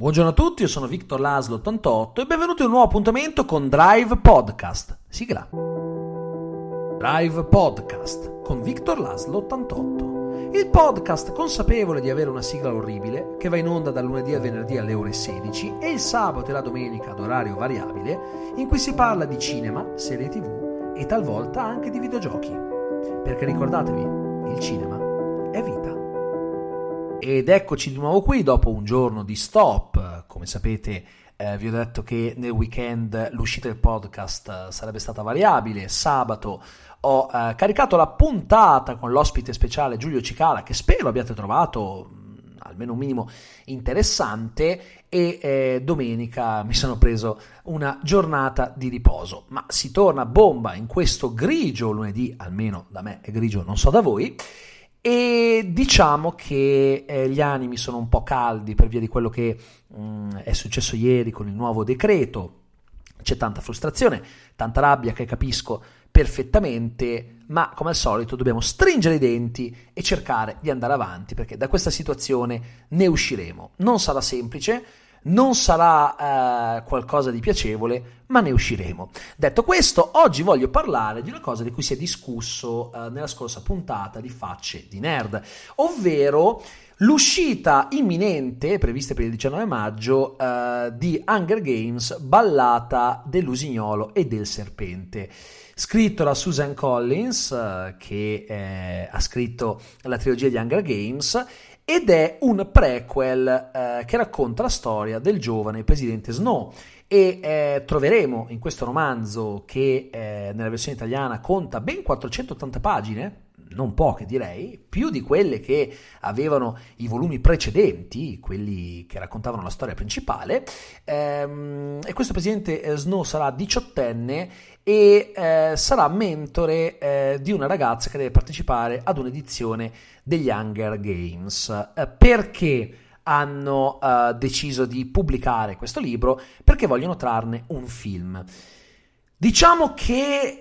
Buongiorno a tutti, io sono Victor Laszlo 88 e benvenuti a un nuovo appuntamento con Drive Podcast. Sigla. Drive Podcast con Victor Laszlo 88. Il podcast consapevole di avere una sigla orribile che va in onda dal lunedì al venerdì alle ore 16 e il sabato e la domenica ad orario variabile, in cui si parla di cinema, serie TV e talvolta anche di videogiochi. Perché ricordatevi, il cinema è vita. Ed eccoci di nuovo qui dopo un giorno di stop. Come sapete, vi ho detto che nel weekend l'uscita del podcast sarebbe stata variabile. Sabato ho caricato la puntata con l'ospite speciale Giulio Cicala, che spero abbiate trovato almeno un minimo interessante, e domenica mi sono preso una giornata di riposo. Ma si torna bomba in questo grigio lunedì, almeno da me è grigio, non so da voi. E diciamo che gli animi sono un po' caldi per via di quello che è successo ieri con il nuovo decreto. C'è tanta frustrazione, tanta rabbia che capisco perfettamente, ma come al solito dobbiamo stringere i denti e cercare di andare avanti, perché da questa situazione ne usciremo. Non sarà semplice, non sarà qualcosa di piacevole, ma ne usciremo. Detto questo, oggi voglio parlare di una cosa di cui si è discusso nella scorsa puntata di Facce di Nerd, ovvero l'uscita imminente, prevista per il 19 maggio, di Hunger Games, Ballata dell'usignolo e del serpente. Scritto da Suzanne Collins, che ha scritto la trilogia di Hunger Games, ed è un prequel che racconta la storia del giovane presidente Snow, e troveremo in questo romanzo, che nella versione italiana conta ben 480 pagine, non poche direi, più di quelle che avevano i volumi precedenti, quelli che raccontavano la storia principale, e questo presidente Snow sarà diciottenne e sarà mentore di una ragazza che deve partecipare ad un'edizione degli Hunger Games. Perché hanno deciso di pubblicare questo libro? Perché vogliono trarne un film. Diciamo che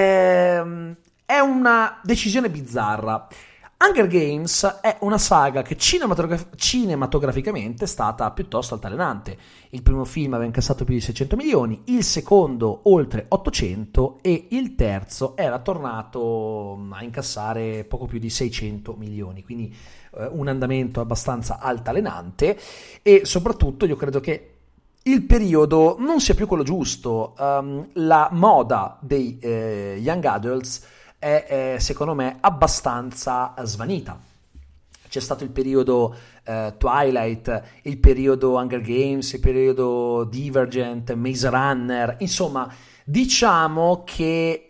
è una decisione bizzarra. Hunger Games è una saga che cinematograficamente è stata piuttosto altalenante. Il primo film aveva incassato più di 600 milioni, il secondo oltre 800 e il terzo era tornato a incassare poco più di 600 milioni, quindi un andamento abbastanza altalenante. E soprattutto io credo che il periodo non sia più quello giusto. La moda dei young adults è secondo me abbastanza svanita. C'è stato il periodo Twilight, il periodo Hunger Games, il periodo Divergent, Maze Runner, insomma diciamo che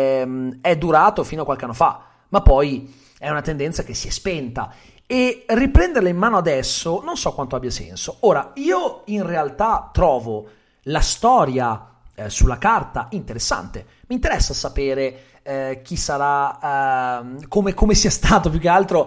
è durato fino a qualche anno fa, ma poi è una tendenza che si è spenta, e riprenderla in mano adesso non so quanto abbia senso. Ora, io in realtà trovo la storia sulla carta interessante, mi interessa sapere chi sarà, come sia stato più che altro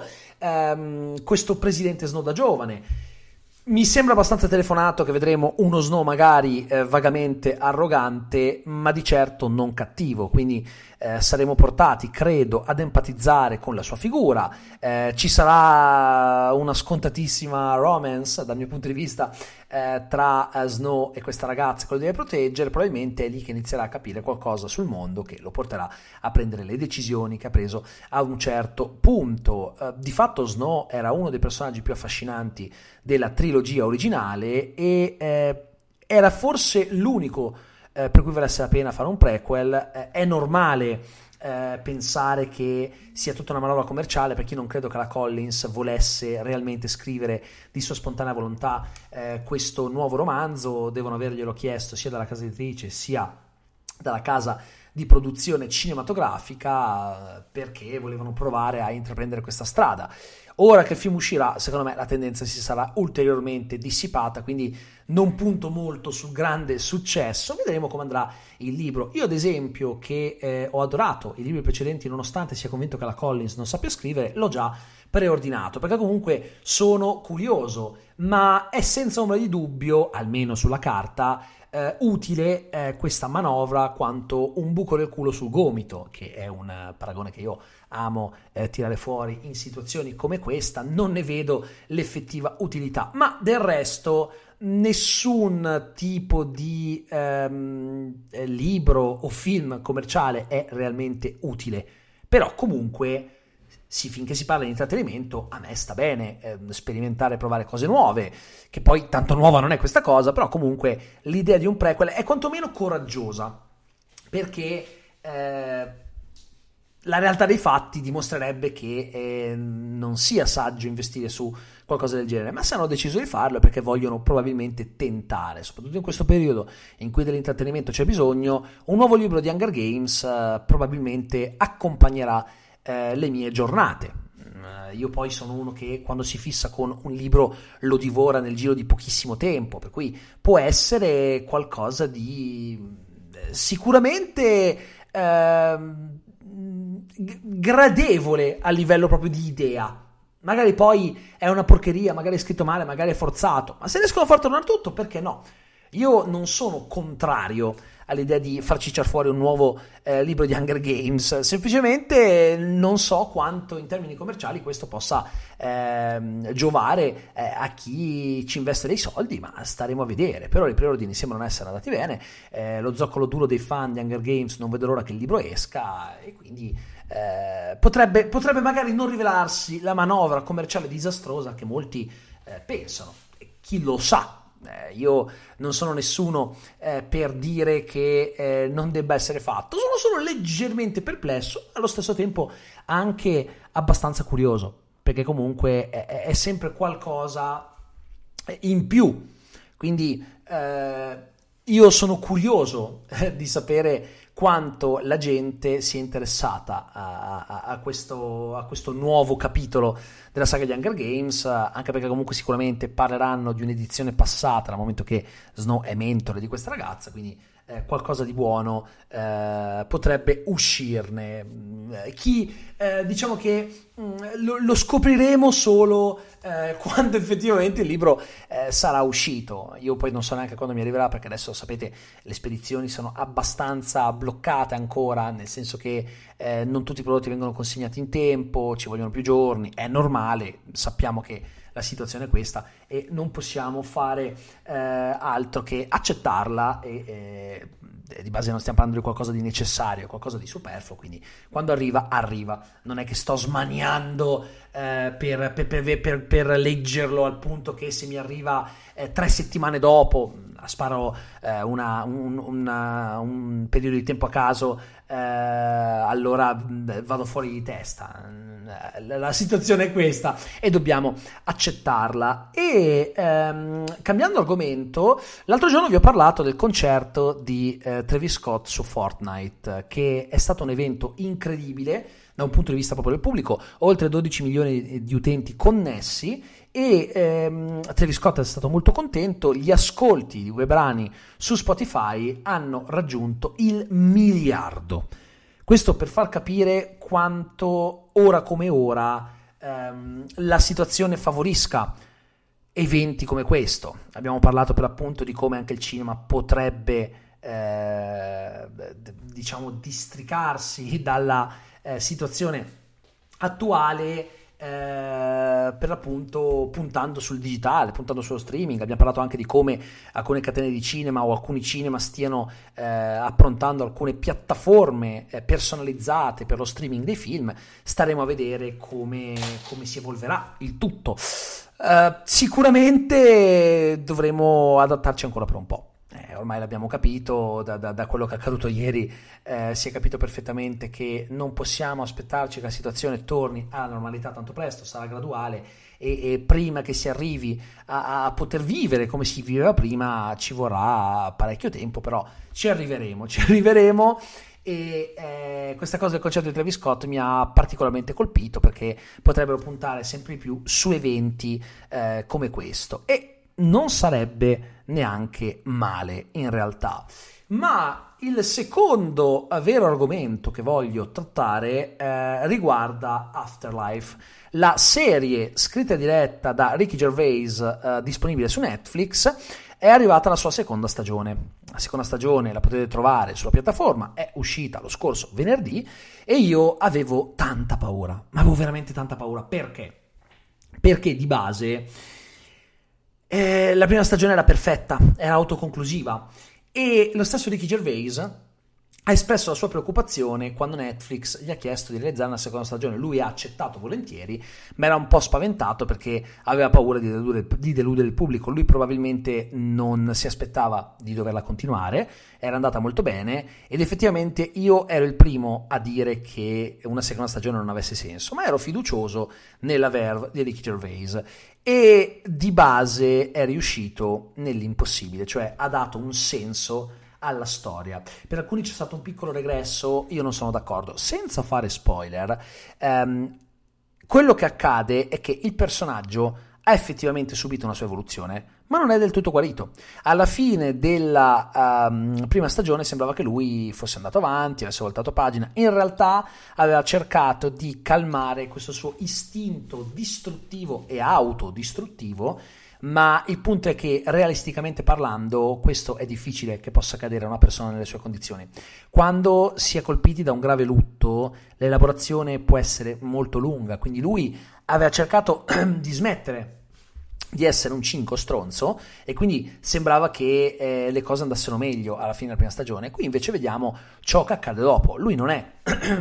questo presidente Snow da giovane. Mi sembra abbastanza telefonato che vedremo uno Snow magari vagamente arrogante, ma di certo non cattivo, quindi saremo portati, credo, ad empatizzare con la sua figura. Ci sarà una scontatissima romance, dal mio punto di vista, tra Snow e questa ragazza che lo deve proteggere. Probabilmente è lì che inizierà a capire qualcosa sul mondo che lo porterà a prendere le decisioni che ha preso a un certo punto. Di fatto Snow era uno dei personaggi più affascinanti della trilogia originale e era forse l'unico per cui valesse la pena fare un prequel. È normale pensare che sia tutta una manovra commerciale, perché io non credo che la Collins volesse realmente scrivere di sua spontanea volontà questo nuovo romanzo. Devono averglielo chiesto sia dalla casa editrice sia dalla casa di produzione cinematografica, perché volevano provare a intraprendere questa strada. Ora che il film uscirà, secondo me la tendenza si sarà ulteriormente dissipata, quindi non punto molto sul grande successo. Vedremo come andrà il libro. Io ad esempio, che ho adorato i libri precedenti nonostante sia convinto che la Collins non sappia scrivere, l'ho già preordinato, perché comunque sono curioso, ma è senza ombra di dubbio, almeno sulla carta, utile questa manovra quanto un buco del culo sul gomito, che è un paragone che io amo tirare fuori in situazioni come questa. Non ne vedo l'effettiva utilità, ma del resto nessun tipo di libro o film commerciale è realmente utile, però comunque sì, finché si parla di intrattenimento a me sta bene sperimentare, provare cose nuove, che poi tanto nuova non è questa cosa, però comunque l'idea di un prequel è quantomeno coraggiosa, perché la realtà dei fatti dimostrerebbe che non sia saggio investire su qualcosa del genere, ma se hanno deciso di farlo è perché vogliono probabilmente tentare, soprattutto in questo periodo in cui dell'intrattenimento c'è bisogno. Un nuovo libro di Hunger Games probabilmente accompagnerà le mie giornate. Io poi sono uno che quando si fissa con un libro lo divora nel giro di pochissimo tempo, per cui può essere qualcosa di sicuramente gradevole a livello proprio di idea. Magari poi è una porcheria, magari è scritto male, magari è forzato, ma se riescono a far tornare tutto, perché no? Io non sono contrario all'idea di far cicciare fuori un nuovo libro di Hunger Games, semplicemente non so quanto in termini commerciali questo possa giovare a chi ci investe dei soldi, ma staremo a vedere. Però i preordini sembrano essere andati bene, lo zoccolo duro dei fan di Hunger Games non vedo l'ora che il libro esca, e quindi potrebbe magari non rivelarsi la manovra commerciale disastrosa che molti pensano, e chi lo sa. Io non sono nessuno per dire che non debba essere fatto, sono solo leggermente perplesso, allo stesso tempo anche abbastanza curioso, perché comunque è sempre qualcosa in più, quindi io sono curioso di sapere quanto la gente sia interessata a questo nuovo capitolo della saga di Hunger Games, anche perché comunque sicuramente parleranno di un'edizione passata, dal momento che Snow è mentore di questa ragazza, quindi qualcosa di buono potrebbe uscirne. Diciamo che lo scopriremo solo quando effettivamente il libro sarà uscito. Io poi non so neanche quando mi arriverà, perché adesso sapete le spedizioni sono abbastanza bloccate ancora, nel senso che non tutti i prodotti vengono consegnati in tempo, ci vogliono più giorni, è normale, sappiamo che la situazione è questa e non possiamo fare altro che accettarla, e di base non stiamo parlando di qualcosa di necessario, qualcosa di superfluo, quindi quando arriva, non è che sto smaniando per leggerlo, al punto che se mi arriva 3 settimane dopo, sparo un periodo di tempo a caso, allora vado fuori di testa. La situazione è questa e dobbiamo accettarla. E cambiando argomento, l'altro giorno vi ho parlato del concerto di Travis Scott su Fortnite, che è stato un evento incredibile da un punto di vista proprio del pubblico, oltre 12 milioni di utenti connessi, e Travis Scott è stato molto contento. Gli ascolti di quei brani su Spotify hanno raggiunto il 1 miliardo. Questo per far capire quanto ora come ora la situazione favorisca eventi come questo. Abbiamo parlato per l'appunto di come anche il cinema potrebbe diciamo districarsi dalla situazione attuale, per l'appunto puntando sul digitale, puntando sullo streaming. Abbiamo parlato anche di come alcune catene di cinema o alcuni cinema stiano approntando alcune piattaforme personalizzate per lo streaming dei film. Staremo a vedere come si evolverà il tutto. Sicuramente dovremo adattarci ancora per un po'. Ormai l'abbiamo capito, da quello che è accaduto ieri si è capito perfettamente che non possiamo aspettarci che la situazione torni alla normalità tanto presto, sarà graduale, e prima che si arrivi a poter vivere come si viveva prima ci vorrà parecchio tempo, però ci arriveremo. E questa cosa del concerto di Travis Scott mi ha particolarmente colpito, perché potrebbero puntare sempre di più su eventi come questo, e non sarebbe neanche male in realtà. Ma il secondo vero argomento che voglio trattare riguarda Afterlife, la serie scritta e diretta da Ricky Gervais, disponibile su Netflix. È arrivata la sua seconda stagione. La seconda stagione la potete trovare sulla piattaforma, è uscita lo scorso venerdì, e io avevo tanta paura, ma avevo veramente tanta paura. Perché? Perché di base La prima stagione era perfetta, era autoconclusiva, e lo stesso Ricky Gervais ha espresso la sua preoccupazione quando Netflix gli ha chiesto di realizzare una seconda stagione. Lui ha accettato volentieri, ma era un po' spaventato perché aveva paura di deludere il pubblico. Lui probabilmente non si aspettava di doverla continuare, era andata molto bene, ed effettivamente io ero il primo a dire che una seconda stagione non avesse senso, ma ero fiducioso nella verve di Ricky Gervais, e di base è riuscito nell'impossibile, cioè ha dato un senso alla storia. Per alcuni c'è stato un piccolo regresso, io non sono d'accordo. Senza fare spoiler, quello che accade è che il personaggio ha effettivamente subito una sua evoluzione, ma non è del tutto guarito. Alla fine della prima stagione sembrava che lui fosse andato avanti, avesse voltato pagina. In realtà aveva cercato di calmare questo suo istinto distruttivo e autodistruttivo, ma il punto è che realisticamente parlando questo è difficile che possa accadere a una persona nelle sue condizioni. Quando si è colpiti da un grave lutto, l'elaborazione può essere molto lunga, quindi lui aveva cercato di smettere di essere un cinco stronzo, e quindi sembrava che le cose andassero meglio alla fine della prima stagione. Qui invece vediamo ciò che accade dopo. Lui non è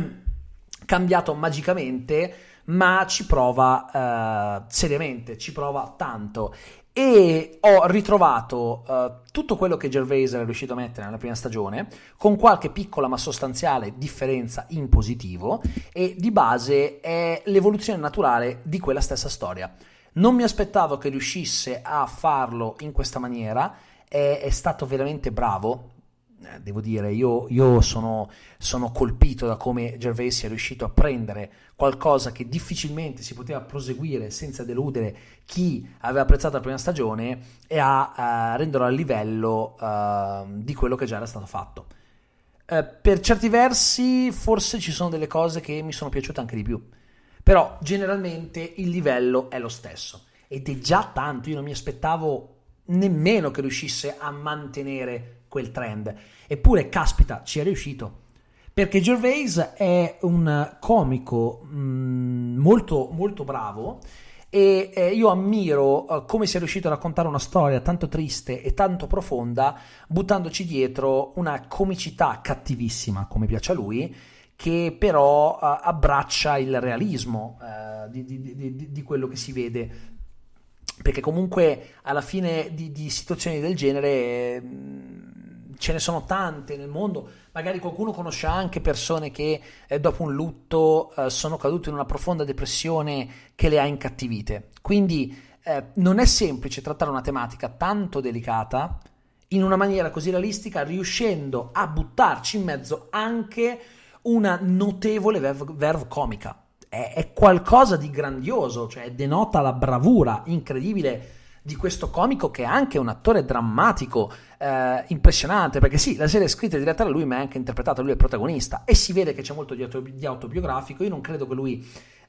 cambiato magicamente, ma ci prova seriamente, ci prova tanto, e ho ritrovato tutto quello che Gervais era riuscito a mettere nella prima stagione, con qualche piccola ma sostanziale differenza in positivo, e di base è l'evoluzione naturale di quella stessa storia. Non mi aspettavo che riuscisse a farlo in questa maniera, è stato veramente bravo. Devo dire, io sono colpito da come Gervais sia riuscito a prendere qualcosa che difficilmente si poteva proseguire senza deludere chi aveva apprezzato la prima stagione, e a renderlo a livello di quello che già era stato fatto. Per certi versi forse ci sono delle cose che mi sono piaciute anche di più, però generalmente il livello è lo stesso, ed è già tanto. Io non mi aspettavo nemmeno che riuscisse a mantenere quel trend, eppure caspita ci è riuscito, perché Gervais è un comico molto molto bravo, e io ammiro come sia riuscito a raccontare una storia tanto triste e tanto profonda, buttandoci dietro una comicità cattivissima, come piace a lui, che però abbraccia il realismo di quello che si vede, perché comunque alla fine di situazioni del genere ce ne sono tante nel mondo. Magari qualcuno conosce anche persone che dopo un lutto sono cadute in una profonda depressione che le ha incattivite. Quindi non è semplice trattare una tematica tanto delicata in una maniera così realistica, riuscendo a buttarci in mezzo anche una notevole verve comica. È qualcosa di grandioso, cioè denota la bravura incredibile di questo comico, che è anche un attore drammatico impressionante, perché sì, la serie è scritta e diretta da lui, ma è anche interpretata, lui è il protagonista, e si vede che c'è molto di autobiografico. Io non credo che lui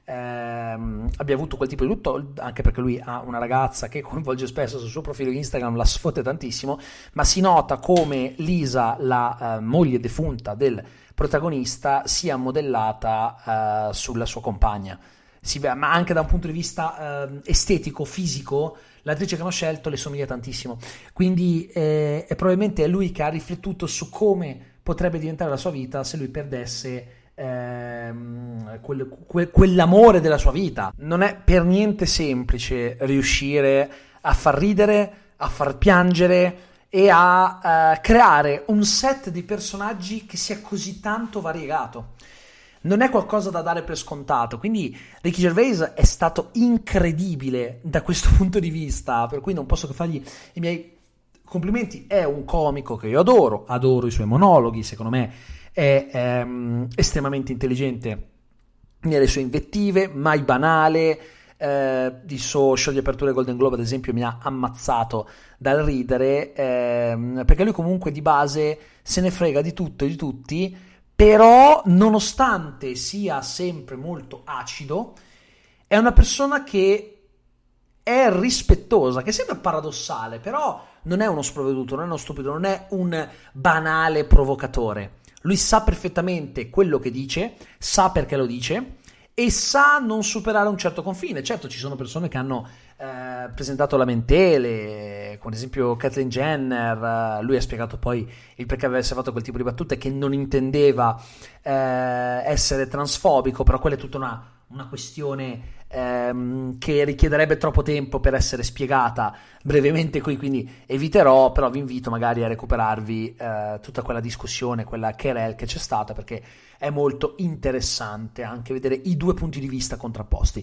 abbia avuto quel tipo di lutto, anche perché lui ha una ragazza che coinvolge spesso sul suo profilo Instagram, la sfotte tantissimo, ma si nota come Lisa, la moglie defunta del protagonista, sia modellata sulla sua compagna. Ma anche da un punto di vista estetico, fisico, l'attrice che hanno scelto le somiglia tantissimo, quindi è probabilmente lui che ha riflettuto su come potrebbe diventare la sua vita se lui perdesse quell'amore della sua vita. Non è per niente semplice riuscire a far ridere, a far piangere e a creare un set di personaggi che sia così tanto variegato. Non è qualcosa da dare per scontato, quindi Ricky Gervais è stato incredibile da questo punto di vista, per cui non posso che fargli i miei complimenti. È un comico che io adoro i suoi monologhi, secondo me è estremamente intelligente nelle sue invettive, mai banale. Il suo show di apertura del Golden Globe, ad esempio, mi ha ammazzato dal ridere, perché lui comunque di base se ne frega di tutto e di tutti, però nonostante sia sempre molto acido è una persona che è rispettosa, che sembra paradossale, però non è uno sprovveduto, non è uno stupido, non è un banale provocatore. Lui sa perfettamente quello che dice, sa perché lo dice e sa non superare un certo confine. Certo, ci sono persone che hanno presentato lamentele, come ad esempio Caitlyn Jenner. Lui ha spiegato poi il perché avesse fatto quel tipo di battute, che non intendeva essere transfobico, però quella è tutta una questione che richiederebbe troppo tempo per essere spiegata brevemente qui, quindi eviterò, però vi invito magari a recuperarvi tutta quella discussione, quella querel che c'è stata, perché è molto interessante anche vedere i due punti di vista contrapposti.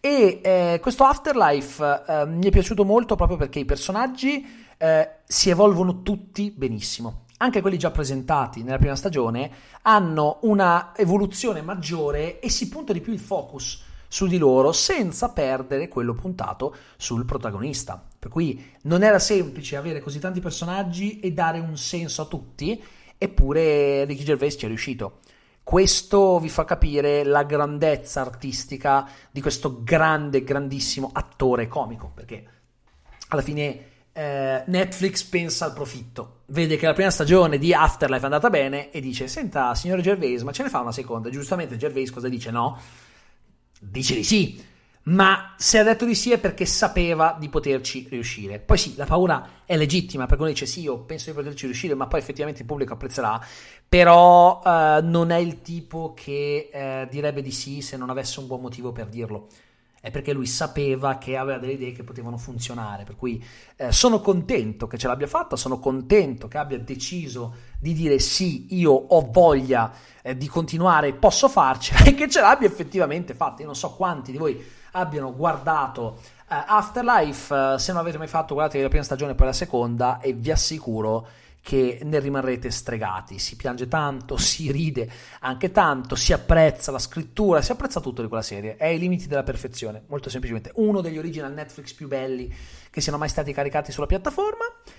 E questo Afterlife mi è piaciuto molto proprio perché i personaggi si evolvono tutti benissimo. Anche quelli già presentati nella prima stagione hanno una evoluzione maggiore e si punta di più il focus su di loro senza perdere quello puntato sul protagonista. Per cui non era semplice avere così tanti personaggi e dare un senso a tutti, eppure Ricky Gervais ci è riuscito. Questo vi fa capire la grandezza artistica di questo grandissimo attore comico, perché alla fine Netflix pensa al profitto, vede che la prima stagione di Afterlife è andata bene e dice: senta signore Gervais, ma ce ne fa una seconda? Giustamente Gervais cosa dice? No, dice di sì, ma se ha detto di sì è perché sapeva di poterci riuscire. Poi sì, la paura è legittima, perché uno dice sì, io penso di poterci riuscire, ma poi effettivamente il pubblico apprezzerà, però non è il tipo che direbbe di sì se non avesse un buon motivo per dirlo. È perché lui sapeva che aveva delle idee che potevano funzionare, per cui sono contento che ce l'abbia fatta, sono contento che abbia deciso di dire sì, io ho voglia di continuare, posso farcela, e che ce l'abbia effettivamente fatta. Io non so quanti di voi abbiano guardato Afterlife, se non avete mai fatto, guardate la prima stagione e poi la seconda e vi assicuro che ne rimarrete stregati. Si piange tanto, si ride anche tanto, si apprezza la scrittura, si apprezza tutto di quella serie, è ai limiti della perfezione, molto semplicemente uno degli original Netflix più belli che siano mai stati caricati sulla piattaforma.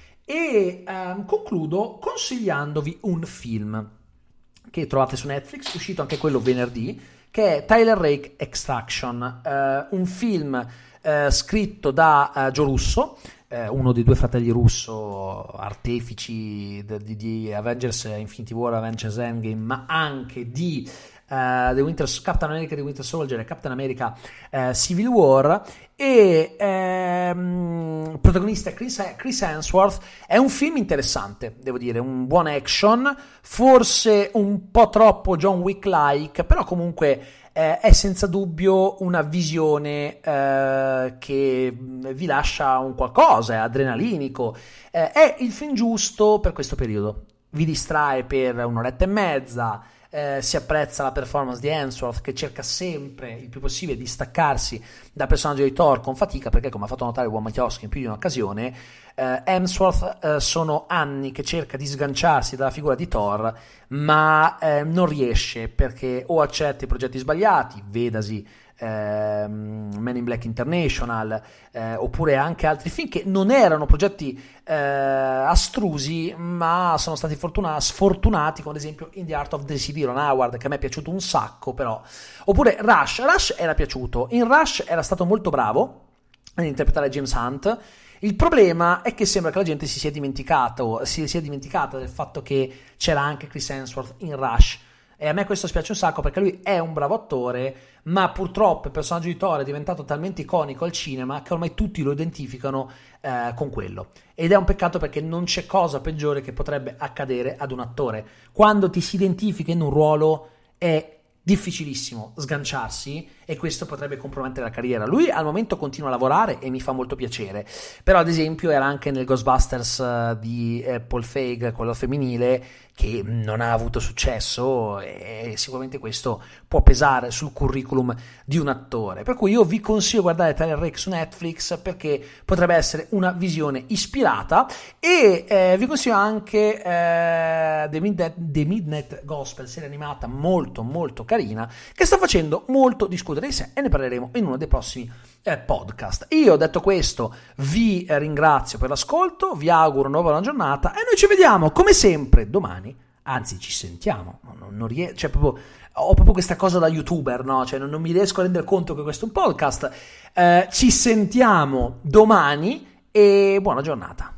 E concludo consigliandovi un film che trovate su Netflix, uscito anche quello venerdì, che è Tyler Rake Extraction, un film scritto da Joe Russo, uno dei due fratelli Russo, artefici di Avengers Infinity War, Avengers Endgame, ma anche di Captain America The Winter Soldier e Captain America Civil War, e protagonista Chris Hemsworth. È un film interessante, devo dire, un buon action, forse un po' troppo John Wick-like, però comunque è senza dubbio una visione che vi lascia un qualcosa, è adrenalinico, è il film giusto per questo periodo, vi distrae per un'oretta e mezza, si apprezza la performance di Hemsworth, che cerca sempre il più possibile di staccarsi dal personaggio di Thor con fatica, perché come ha fatto notare Juan Mathioschi in più di un'occasione, Hemsworth sono anni che cerca di sganciarsi dalla figura di Thor, ma non riesce, perché o accetta i progetti sbagliati, vedasi Men in Black International, oppure anche altri film che non erano progetti astrusi, ma sono stati sfortunati, come ad esempio In the Art of the Civil Ron Howard, che a me è piaciuto un sacco, però, oppure Rush era piaciuto, in Rush era stato molto bravo ad interpretare James Hunt. Il problema è che sembra che la gente si sia dimenticata del fatto che c'era anche Chris Hemsworth in Rush, e a me questo spiace un sacco, perché lui è un bravo attore, ma purtroppo il personaggio di Thor è diventato talmente iconico al cinema che ormai tutti lo identificano con quello, ed è un peccato, perché non c'è cosa peggiore che potrebbe accadere ad un attore. Quando ti si identifica in un ruolo è difficilissimo sganciarsi, e questo potrebbe compromettere la carriera. Lui al momento continua a lavorare e mi fa molto piacere, però ad esempio era anche nel Ghostbusters di Paul Feig, quello femminile, che non ha avuto successo, e sicuramente questo può pesare sul curriculum di un attore. Per cui io vi consiglio di guardare Tyler Rake su Netflix, perché potrebbe essere una visione ispirata, e vi consiglio anche The Midnight Gospel, serie animata molto molto carina, che sta facendo molto discutere di sé, e ne parleremo in uno dei prossimi podcast. Io, detto questo, vi ringrazio per l'ascolto, vi auguro una buona giornata, e noi ci vediamo come sempre domani, anzi ci sentiamo, ho proprio questa cosa da youtuber, no? Cioè non mi riesco a rendere conto che questo è un podcast. Ci sentiamo domani e buona giornata.